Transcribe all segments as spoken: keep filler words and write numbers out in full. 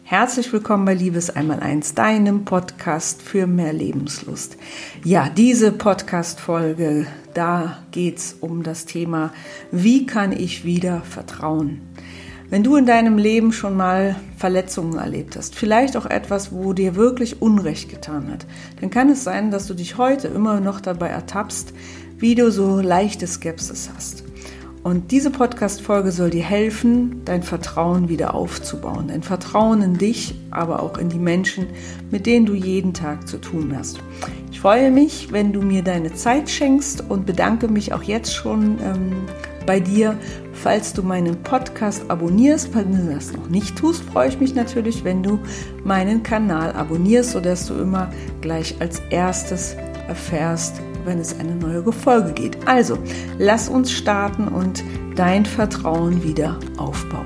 Herzlich willkommen bei Liebes Einmaleins, deinem Podcast für mehr Lebenslust. Ja, diese Podcast-Folge, da geht's um das Thema, wie kann ich wieder vertrauen? Wenn du in deinem Leben schon mal Verletzungen erlebt hast, vielleicht auch etwas, wo dir wirklich Unrecht getan hat, dann kann es sein, dass du dich heute immer noch dabei ertappst, wie du so leichte Skepsis hast. Und diese Podcast-Folge soll dir helfen, dein Vertrauen wieder aufzubauen. Dein Vertrauen in dich, aber auch in die Menschen, mit denen du jeden Tag zu tun hast. Ich freue mich, wenn du mir deine Zeit schenkst und bedanke mich auch jetzt schon ähm, bei dir, falls du meinen Podcast abonnierst. Wenn du das noch nicht tust, freue ich mich natürlich, wenn du meinen Kanal abonnierst, sodass du immer gleich als erstes erfährst, wenn es eine neue Folge geht. Also, lass uns starten und dein Vertrauen wieder aufbauen.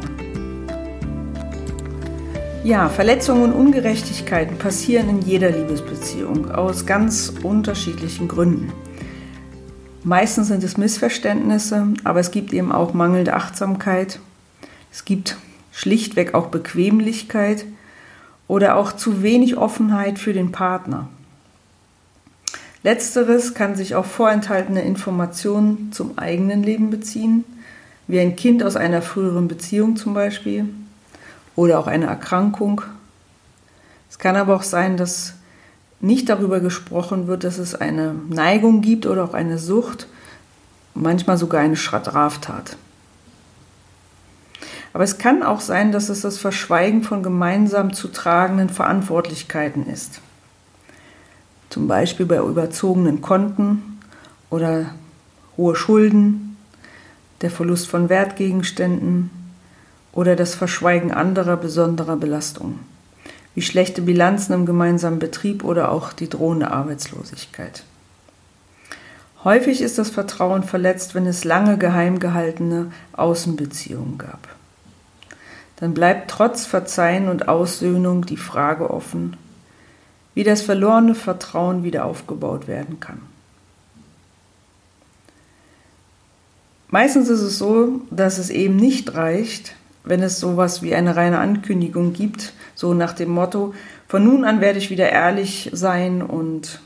Ja, Verletzungen und Ungerechtigkeiten passieren in jeder Liebesbeziehung aus ganz unterschiedlichen Gründen. Meistens sind es Missverständnisse, aber es gibt eben auch mangelnde Achtsamkeit. Es gibt schlichtweg auch Bequemlichkeit oder auch zu wenig Offenheit für den Partner. Letzteres kann sich auf vorenthaltene Informationen zum eigenen Leben beziehen, wie ein Kind aus einer früheren Beziehung zum Beispiel oder auch eine Erkrankung. Es kann aber auch sein, dass nicht darüber gesprochen wird, dass es eine Neigung gibt oder auch eine Sucht, manchmal sogar eine Straftat. Aber es kann auch sein, dass es das Verschweigen von gemeinsam zu tragenden Verantwortlichkeiten ist. Zum Beispiel bei überzogenen Konten oder hohe Schulden, der Verlust von Wertgegenständen oder das Verschweigen anderer besonderer Belastungen, wie schlechte Bilanzen im gemeinsamen Betrieb oder auch die drohende Arbeitslosigkeit. Häufig ist das Vertrauen verletzt, wenn es lange geheim gehaltene Außenbeziehungen gab. Dann bleibt trotz Verzeihen und Aussöhnung die Frage offen, wie das verlorene Vertrauen wieder aufgebaut werden kann. Meistens ist es so, dass es eben nicht reicht, wenn es sowas wie eine reine Ankündigung gibt, so nach dem Motto, von nun an werde ich wieder ehrlich sein, und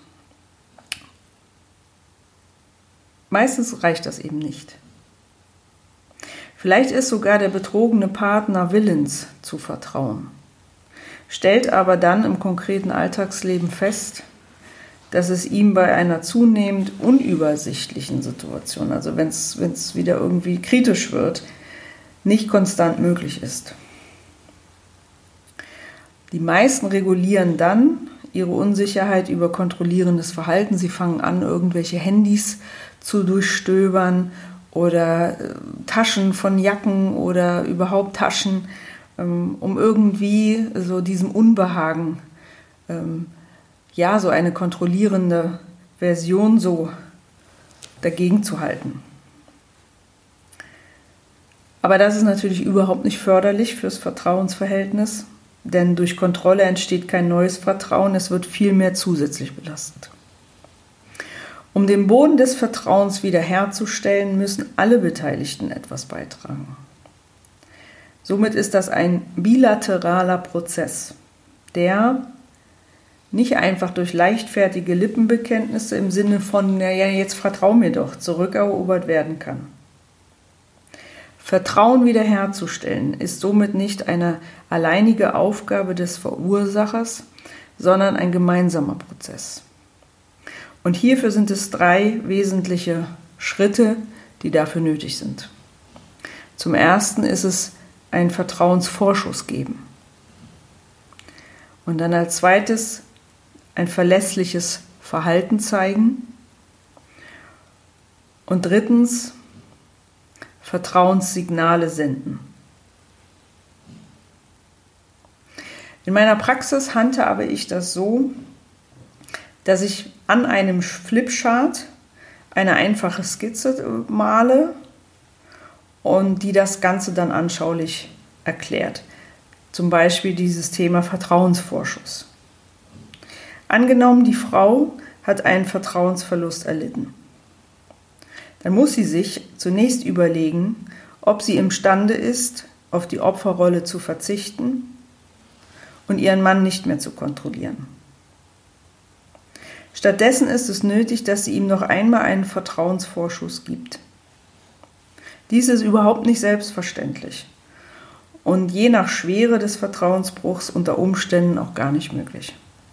meistens reicht das eben nicht. Vielleicht ist sogar der betrogene Partner willens zu vertrauen, stellt aber dann im konkreten Alltagsleben fest, dass es ihm bei einer zunehmend unübersichtlichen Situation, also wenn es wenn es wieder irgendwie kritisch wird, nicht konstant möglich ist. Die meisten regulieren dann ihre Unsicherheit über kontrollierendes Verhalten. Sie fangen an, irgendwelche Handys zu durchstöbern oder äh, Taschen von Jacken oder überhaupt Taschen, um irgendwie so diesem Unbehagen, ähm, ja, so eine kontrollierende Version so dagegen zu halten. Aber das ist natürlich überhaupt nicht förderlich fürs Vertrauensverhältnis, denn durch Kontrolle entsteht kein neues Vertrauen, es wird vielmehr zusätzlich belastet. Um den Boden des Vertrauens wiederherzustellen, müssen alle Beteiligten etwas beitragen. Somit ist das ein bilateraler Prozess, der nicht einfach durch leichtfertige Lippenbekenntnisse im Sinne von, naja, jetzt vertrau mir doch, zurückerobert werden kann. Vertrauen wiederherzustellen ist somit nicht eine alleinige Aufgabe des Verursachers, sondern ein gemeinsamer Prozess. Und hierfür sind es drei wesentliche Schritte, die dafür nötig sind. Zum ersten ist es einen Vertrauensvorschuss geben. Und dann als zweites ein verlässliches Verhalten zeigen. Und drittens Vertrauenssignale senden. In meiner Praxis handhabe ich das so, dass ich an einem Flipchart eine einfache Skizze male und die das Ganze dann anschaulich erklärt. Zum Beispiel dieses Thema Vertrauensvorschuss. Angenommen, die Frau hat einen Vertrauensverlust erlitten. Dann muss sie sich zunächst überlegen, ob sie imstande ist, auf die Opferrolle zu verzichten und ihren Mann nicht mehr zu kontrollieren. Stattdessen ist es nötig, dass sie ihm noch einmal einen Vertrauensvorschuss gibt. Dies ist überhaupt nicht selbstverständlich und je nach Schwere des Vertrauensbruchs unter Umständen auch gar nicht möglich.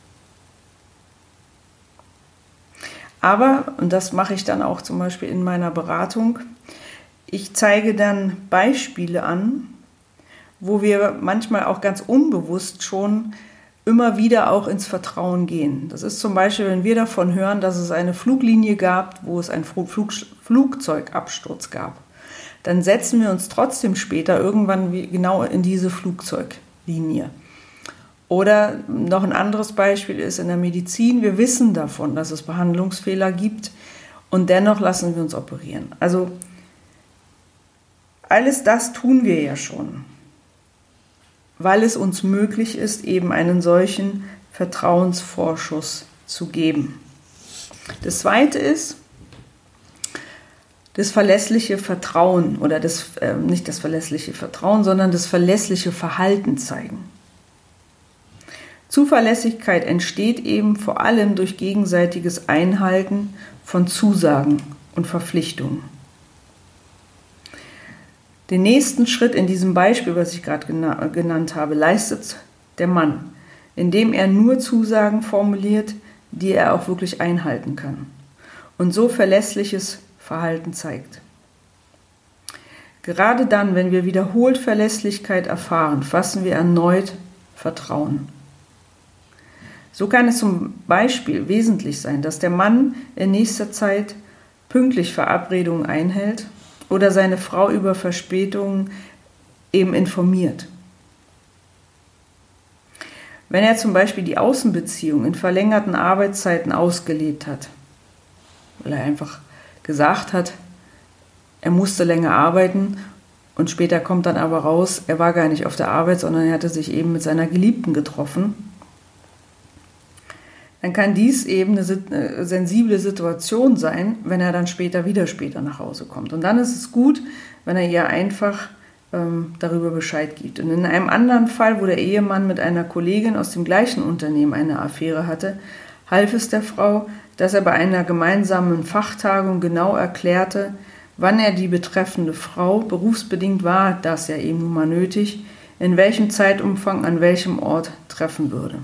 Aber, und das mache ich dann auch zum Beispiel in meiner Beratung, ich zeige dann Beispiele an, wo wir manchmal auch ganz unbewusst schon immer wieder auch ins Vertrauen gehen. Das ist zum Beispiel, wenn wir davon hören, dass es eine Fluglinie gab, wo es einen Flug, Flugzeugabsturz gab. Dann setzen wir uns trotzdem später irgendwann genau in diese Flugzeuglinie. Oder noch ein anderes Beispiel ist in der Medizin, wir wissen davon, dass es Behandlungsfehler gibt und dennoch lassen wir uns operieren. Also alles das tun wir ja schon, weil es uns möglich ist, eben einen solchen Vertrauensvorschuss zu geben. Das Zweite ist das verlässliche Vertrauen oder das, äh, nicht das verlässliche Vertrauen, sondern das verlässliche Verhalten zeigen. Zuverlässigkeit entsteht eben vor allem durch gegenseitiges Einhalten von Zusagen und Verpflichtungen. Den nächsten Schritt in diesem Beispiel, was ich gerade genannt habe, leistet der Mann, indem er nur Zusagen formuliert, die er auch wirklich einhalten kann und so verlässliches Verhalten zeigt. Gerade dann, wenn wir wiederholt Verlässlichkeit erfahren, fassen wir erneut Vertrauen. So kann es zum Beispiel wesentlich sein, dass der Mann in nächster Zeit pünktlich Verabredungen einhält oder seine Frau über Verspätungen eben informiert. Wenn er zum Beispiel die Außenbeziehung in verlängerten Arbeitszeiten ausgelebt hat, weil er einfach gesagt hat, er musste länger arbeiten und später kommt dann aber raus, er war gar nicht auf der Arbeit, sondern er hatte sich eben mit seiner Geliebten getroffen, dann kann dies eben eine sensible Situation sein, wenn er dann später wieder später nach Hause kommt. Und dann ist es gut, wenn er ihr einfach ähm, darüber Bescheid gibt. Und in einem anderen Fall, wo der Ehemann mit einer Kollegin aus dem gleichen Unternehmen eine Affäre hatte, half es der Frau, dass er bei einer gemeinsamen Fachtagung genau erklärte, wann er die betreffende Frau, berufsbedingt war das ja eben nun mal nötig, in welchem Zeitumfang, an welchem Ort treffen würde.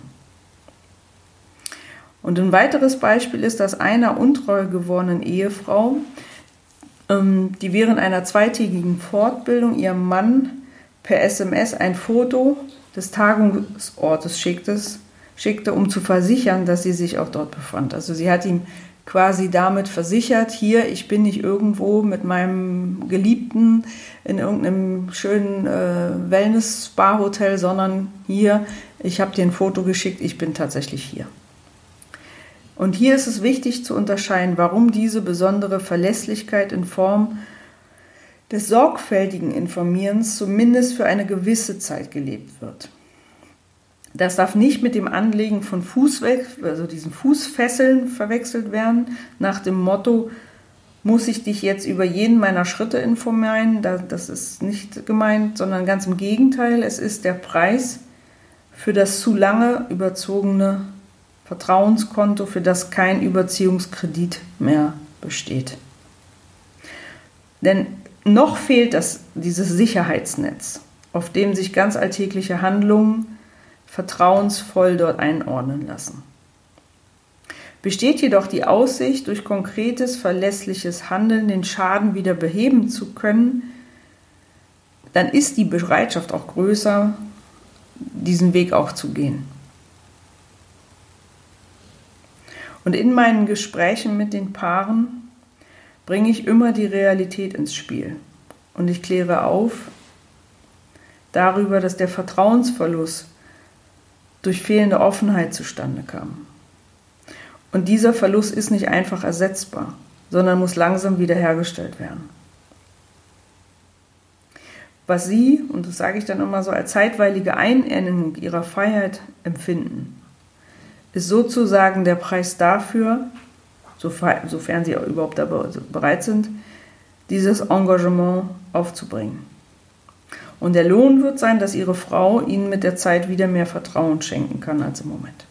Und ein weiteres Beispiel ist, dass einer untreu gewordenen Ehefrau, ähm, die während einer zweitägigen Fortbildung ihrem Mann per S M S ein Foto des Tagungsortes schickte, schickte, um zu versichern, dass sie sich auch dort befand. Also sie hat ihm quasi damit versichert, hier, ich bin nicht irgendwo mit meinem Geliebten in irgendeinem schönen äh, Wellness-Spa-Hotel, sondern hier, ich habe dir ein Foto geschickt, ich bin tatsächlich hier. Und hier ist es wichtig zu unterscheiden, warum diese besondere Verlässlichkeit in Form des sorgfältigen Informierens zumindest für eine gewisse Zeit gelebt wird. Das darf nicht mit dem Anlegen von Fußweg, also diesen Fußfesseln verwechselt werden, nach dem Motto, muss ich dich jetzt über jeden meiner Schritte informieren, das ist nicht gemeint, sondern ganz im Gegenteil, es ist der Preis für das zu lange überzogene Vertrauenskonto, für das kein Überziehungskredit mehr besteht. Denn noch fehlt das, dieses Sicherheitsnetz, auf dem sich ganz alltägliche Handlungen vertrauensvoll dort einordnen lassen. Besteht jedoch die Aussicht, durch konkretes, verlässliches Handeln den Schaden wieder beheben zu können, dann ist die Bereitschaft auch größer, diesen Weg auch zu gehen. Und in meinen Gesprächen mit den Paaren bringe ich immer die Realität ins Spiel. Und ich kläre auf darüber, dass der Vertrauensverlust durch fehlende Offenheit zustande kam. Und dieser Verlust ist nicht einfach ersetzbar, sondern muss langsam wiederhergestellt werden. Was sie, und das sage ich dann immer so, als zeitweilige Einengung ihrer Freiheit empfinden, ist sozusagen der Preis dafür, sofern sie überhaupt bereit sind, dieses Engagement aufzubringen. Und der Lohn wird sein, dass ihre Frau ihnen mit der Zeit wieder mehr Vertrauen schenken kann als im Moment.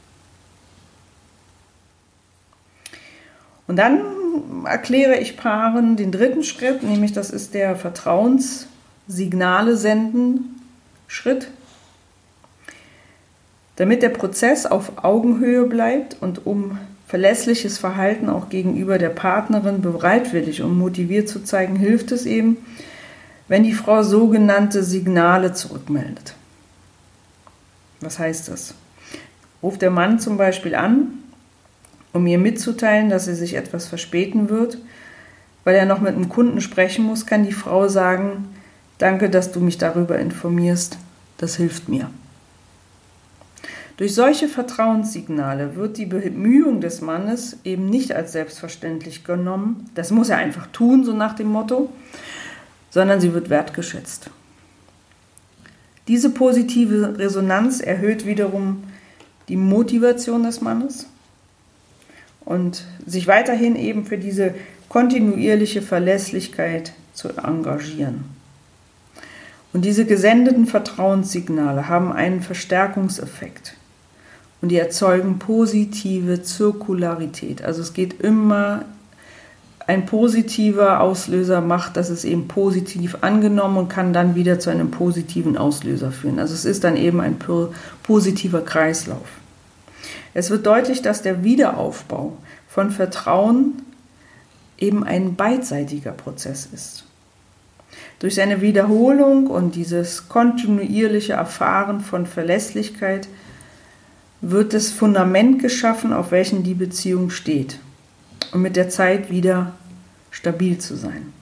Und dann erkläre ich Paaren den dritten Schritt, nämlich das ist der Vertrauenssignale senden Schritt. Damit der Prozess auf Augenhöhe bleibt und um verlässliches Verhalten auch gegenüber der Partnerin bereitwillig und motiviert zu zeigen, hilft es eben, wenn die Frau sogenannte Signale zurückmeldet. Was heißt das? Ruft der Mann zum Beispiel an, um ihr mitzuteilen, dass er sich etwas verspäten wird, weil er noch mit einem Kunden sprechen muss, kann die Frau sagen, danke, dass du mich darüber informierst, das hilft mir. Durch solche Vertrauenssignale wird die Bemühung des Mannes eben nicht als selbstverständlich genommen, das muss er einfach tun, so nach dem Motto, sondern sie wird wertgeschätzt. Diese positive Resonanz erhöht wiederum die Motivation des Mannes und sich weiterhin eben für diese kontinuierliche Verlässlichkeit zu engagieren. Und diese gesendeten Vertrauenssignale haben einen Verstärkungseffekt und die erzeugen positive Zirkularität. Also es geht immer, ein positiver Auslöser macht, dass es eben positiv angenommen und kann dann wieder zu einem positiven Auslöser führen. Also es ist dann eben ein positiver Kreislauf. Es wird deutlich, dass der Wiederaufbau von Vertrauen eben ein beidseitiger Prozess ist. Durch seine Wiederholung und dieses kontinuierliche Erfahren von Verlässlichkeit wird das Fundament geschaffen, auf welchem die Beziehung steht, um mit der Zeit wieder stabil zu sein.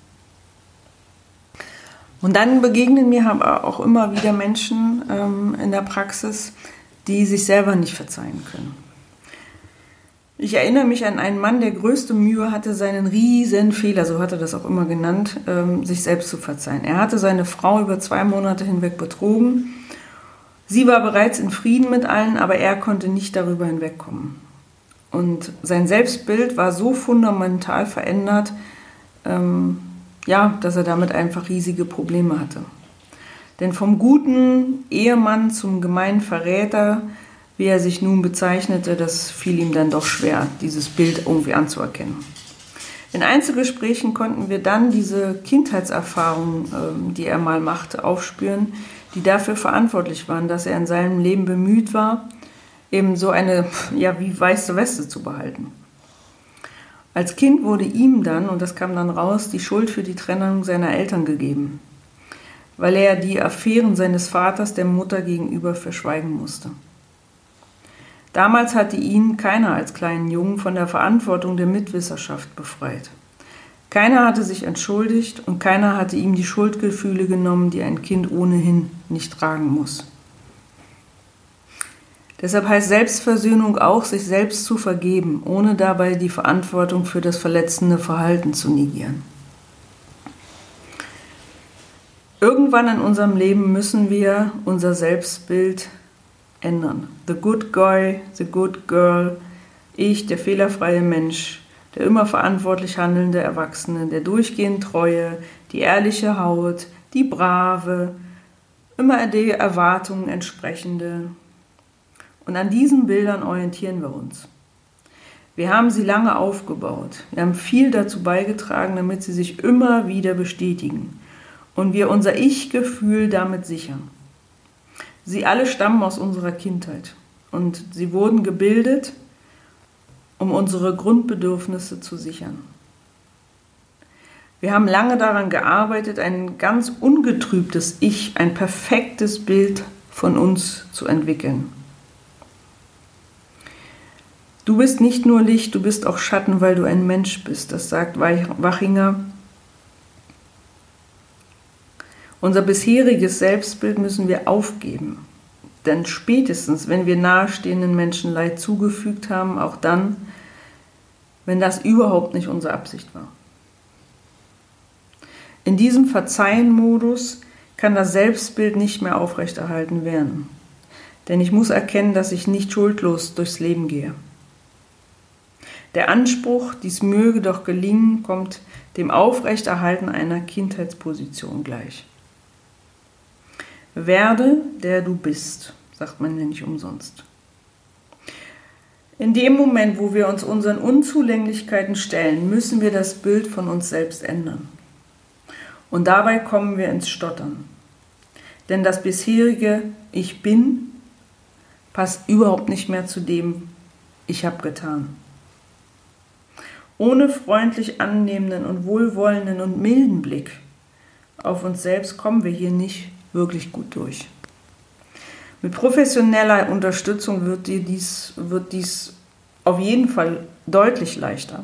Und dann begegnen mir auch immer wieder Menschen ähm, in der Praxis, die sich selber nicht verzeihen können. Ich erinnere mich an einen Mann, der größte Mühe hatte, seinen riesen Fehler, so hat er das auch immer genannt, ähm, sich selbst zu verzeihen. Er hatte seine Frau über zwei Monate hinweg betrogen. Sie war bereits in Frieden mit allen, aber er konnte nicht darüber hinwegkommen. Und sein Selbstbild war so fundamental verändert, ähm, ja, dass er damit einfach riesige Probleme hatte. Denn vom guten Ehemann zum gemeinen Verräter, wie er sich nun bezeichnete, das fiel ihm dann doch schwer, dieses Bild irgendwie anzuerkennen. In Einzelgesprächen konnten wir dann diese Kindheitserfahrungen, die er mal machte, aufspüren, die dafür verantwortlich waren, dass er in seinem Leben bemüht war, eben so eine, ja, wie weiße Weste zu behalten. Als Kind wurde ihm dann, und das kam dann raus, die Schuld für die Trennung seiner Eltern gegeben, weil er die Affären seines Vaters der Mutter gegenüber verschweigen musste. Damals hatte ihn keiner als kleinen Jungen von der Verantwortung der Mitwisserschaft befreit. Keiner hatte sich entschuldigt und keiner hatte ihm die Schuldgefühle genommen, die ein Kind ohnehin nicht tragen muss. Deshalb heißt Selbstversöhnung auch, sich selbst zu vergeben, ohne dabei die Verantwortung für das verletzende Verhalten zu negieren. Irgendwann in unserem Leben müssen wir unser Selbstbild ändern. The good guy, the good girl, ich, der fehlerfreie Mensch, der immer verantwortlich handelnde Erwachsene, der durchgehend Treue, die ehrliche Haut, die Brave, immer der Erwartungen entsprechende. Und an diesen Bildern orientieren wir uns. Wir haben sie lange aufgebaut. Wir haben viel dazu beigetragen, damit sie sich immer wieder bestätigen und wir unser Ich-Gefühl damit sichern. Sie alle stammen aus unserer Kindheit und sie wurden gebildet, um unsere Grundbedürfnisse zu sichern. Wir haben lange daran gearbeitet, ein ganz ungetrübtes Ich, ein perfektes Bild von uns zu entwickeln. Du bist nicht nur Licht, du bist auch Schatten, weil du ein Mensch bist, das sagt Wachinger. Unser bisheriges Selbstbild müssen wir aufgeben, denn spätestens, wenn wir nahestehenden Menschen Leid zugefügt haben, auch dann, wenn das überhaupt nicht unsere Absicht war. In diesem Verzeihen-Modus kann das Selbstbild nicht mehr aufrechterhalten werden, denn ich muss erkennen, dass ich nicht schuldlos durchs Leben gehe. Der Anspruch, dies möge doch gelingen, kommt dem Aufrechterhalten einer Kindheitsposition gleich. Werde, der du bist, sagt man ja nicht umsonst. In dem Moment, wo wir uns unseren Unzulänglichkeiten stellen, müssen wir das Bild von uns selbst ändern. Und dabei kommen wir ins Stottern. Denn das bisherige Ich bin passt überhaupt nicht mehr zu dem Ich habe getan. Ohne freundlich annehmenden und wohlwollenden und milden Blick auf uns selbst kommen wir hier nicht wirklich gut durch. Mit professioneller Unterstützung wird dir dies, wird dies auf jeden Fall deutlich leichter.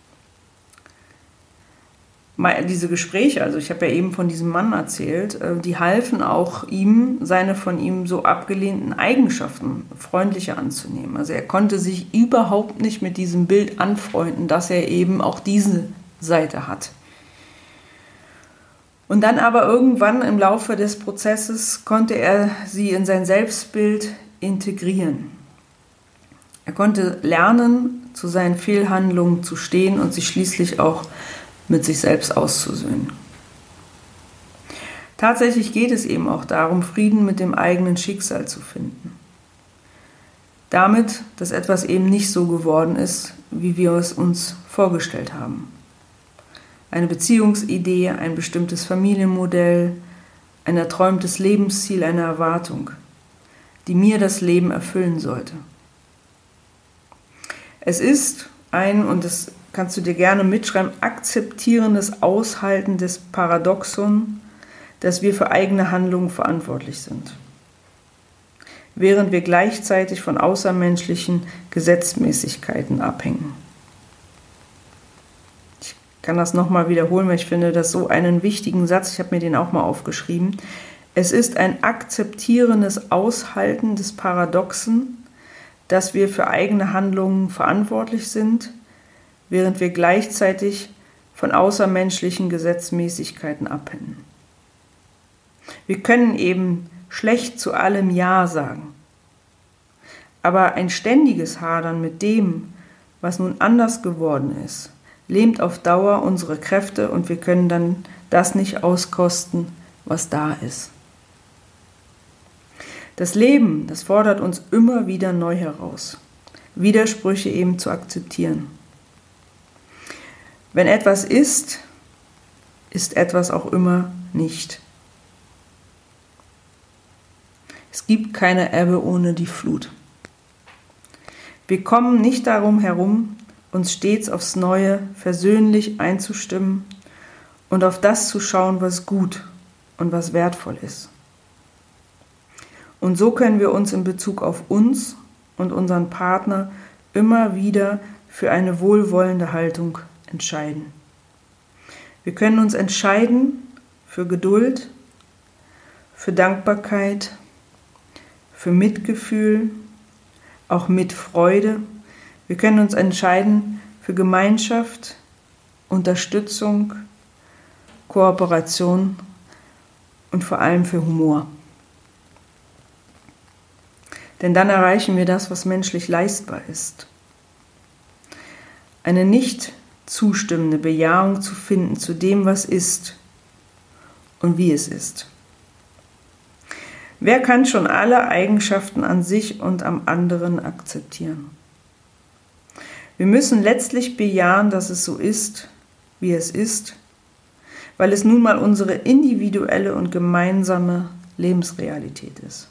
Diese Gespräche, also ich habe ja eben von diesem Mann erzählt, die halfen auch ihm, seine von ihm so abgelehnten Eigenschaften freundlicher anzunehmen. Also er konnte sich überhaupt nicht mit diesem Bild anfreunden, dass er eben auch diese Seite hat. Und dann aber irgendwann im Laufe des Prozesses konnte er sie in sein Selbstbild integrieren. Er konnte lernen, zu seinen Fehlhandlungen zu stehen und sich schließlich auch mit sich selbst auszusöhnen. Tatsächlich geht es eben auch darum, Frieden mit dem eigenen Schicksal zu finden. Damit, dass etwas eben nicht so geworden ist, wie wir es uns vorgestellt haben. Eine Beziehungsidee, ein bestimmtes Familienmodell, ein erträumtes Lebensziel, eine Erwartung, die mir das Leben erfüllen sollte. Es ist ein, und das kannst du dir gerne mitschreiben, akzeptierendes Aushalten des Paradoxon, dass wir für eigene Handlungen verantwortlich sind, während wir gleichzeitig von außermenschlichen Gesetzmäßigkeiten abhängen. Ich kann das nochmal wiederholen, weil ich finde das so einen wichtigen Satz, ich habe mir den auch mal aufgeschrieben. Es ist ein akzeptierendes Aushalten des Paradoxen, dass wir für eigene Handlungen verantwortlich sind, während wir gleichzeitig von außermenschlichen Gesetzmäßigkeiten abhängen. Wir können eben schlecht zu allem Ja sagen, aber ein ständiges Hadern mit dem, was nun anders geworden ist, lähmt auf Dauer unsere Kräfte und wir können dann das nicht auskosten, was da ist. Das Leben, das fordert uns immer wieder neu heraus, Widersprüche eben zu akzeptieren. Wenn etwas ist, ist etwas auch immer nicht. Es gibt keine Ebbe ohne die Flut. Wir kommen nicht darum herum, uns stets aufs Neue versöhnlich einzustimmen und auf das zu schauen, was gut und was wertvoll ist. Und so können wir uns in Bezug auf uns und unseren Partner immer wieder für eine wohlwollende Haltung entscheiden. Wir können uns entscheiden für Geduld, für Dankbarkeit, für Mitgefühl, auch mit Freude. Wir können uns entscheiden für Gemeinschaft, Unterstützung, Kooperation und vor allem für Humor. Denn dann erreichen wir das, was menschlich leistbar ist. Eine nicht zustimmende Bejahung zu finden zu dem, was ist und wie es ist. Wer kann schon alle Eigenschaften an sich und am anderen akzeptieren? Wir müssen letztlich bejahen, dass es so ist, wie es ist, weil es nun mal unsere individuelle und gemeinsame Lebensrealität ist.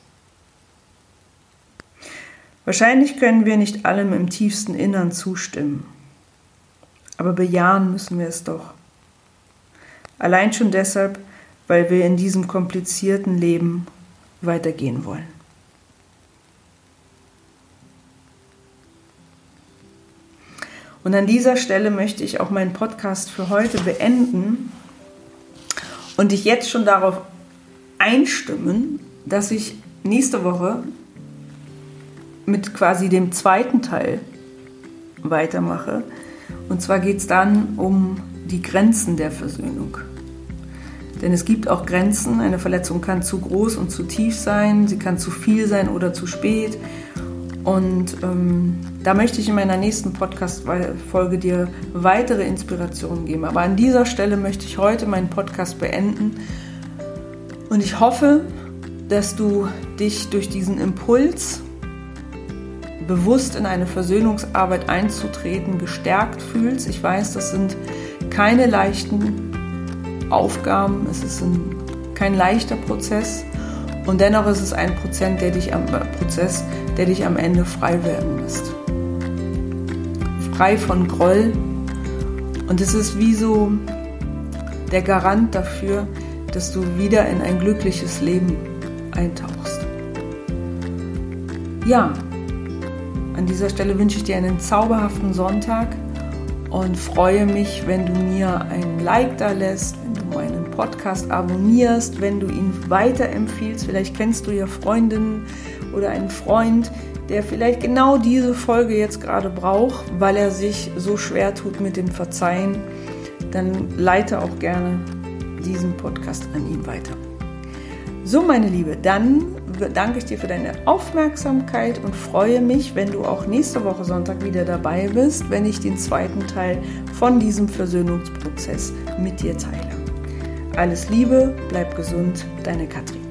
Wahrscheinlich können wir nicht allem im tiefsten Innern zustimmen, aber bejahen müssen wir es doch. Allein schon deshalb, weil wir in diesem komplizierten Leben weitergehen wollen. Und an dieser Stelle möchte ich auch meinen Podcast für heute beenden und dich jetzt schon darauf einstimmen, dass ich nächste Woche mit quasi dem zweiten Teil weitermache. Und zwar geht es dann um die Grenzen der Versöhnung. Denn es gibt auch Grenzen. Eine Verletzung kann zu groß und zu tief sein, sie kann zu viel sein oder zu spät. Und ähm, da möchte ich in meiner nächsten Podcast-Folge dir weitere Inspirationen geben. Aber an dieser Stelle möchte ich heute meinen Podcast beenden. Und ich hoffe, dass du dich durch diesen Impuls, bewusst in eine Versöhnungsarbeit einzutreten, gestärkt fühlst. Ich weiß, das sind keine leichten Aufgaben, es ist ein, kein leichter Prozess und dennoch ist es ein Prozess, der dich am, Prozess, der dich am Ende frei werden lässt. Frei von Groll, und es ist wie so der Garant dafür, dass du wieder in ein glückliches Leben eintauchst. Ja, an dieser Stelle wünsche ich dir einen zauberhaften Sonntag und freue mich, wenn du mir ein Like da lässt, wenn du meinen Podcast abonnierst, wenn du ihn weiterempfiehlst. Vielleicht kennst du ja Freundinnen oder einen Freund, der vielleicht genau diese Folge jetzt gerade braucht, weil er sich so schwer tut mit dem Verzeihen. Dann leite auch gerne diesen Podcast an ihn weiter. So, meine Liebe, dann danke ich dir für deine Aufmerksamkeit und freue mich, wenn du auch nächste Woche Sonntag wieder dabei bist, wenn ich den zweiten Teil von diesem Versöhnungsprozess mit dir teile. Alles Liebe, bleib gesund, deine Katrin.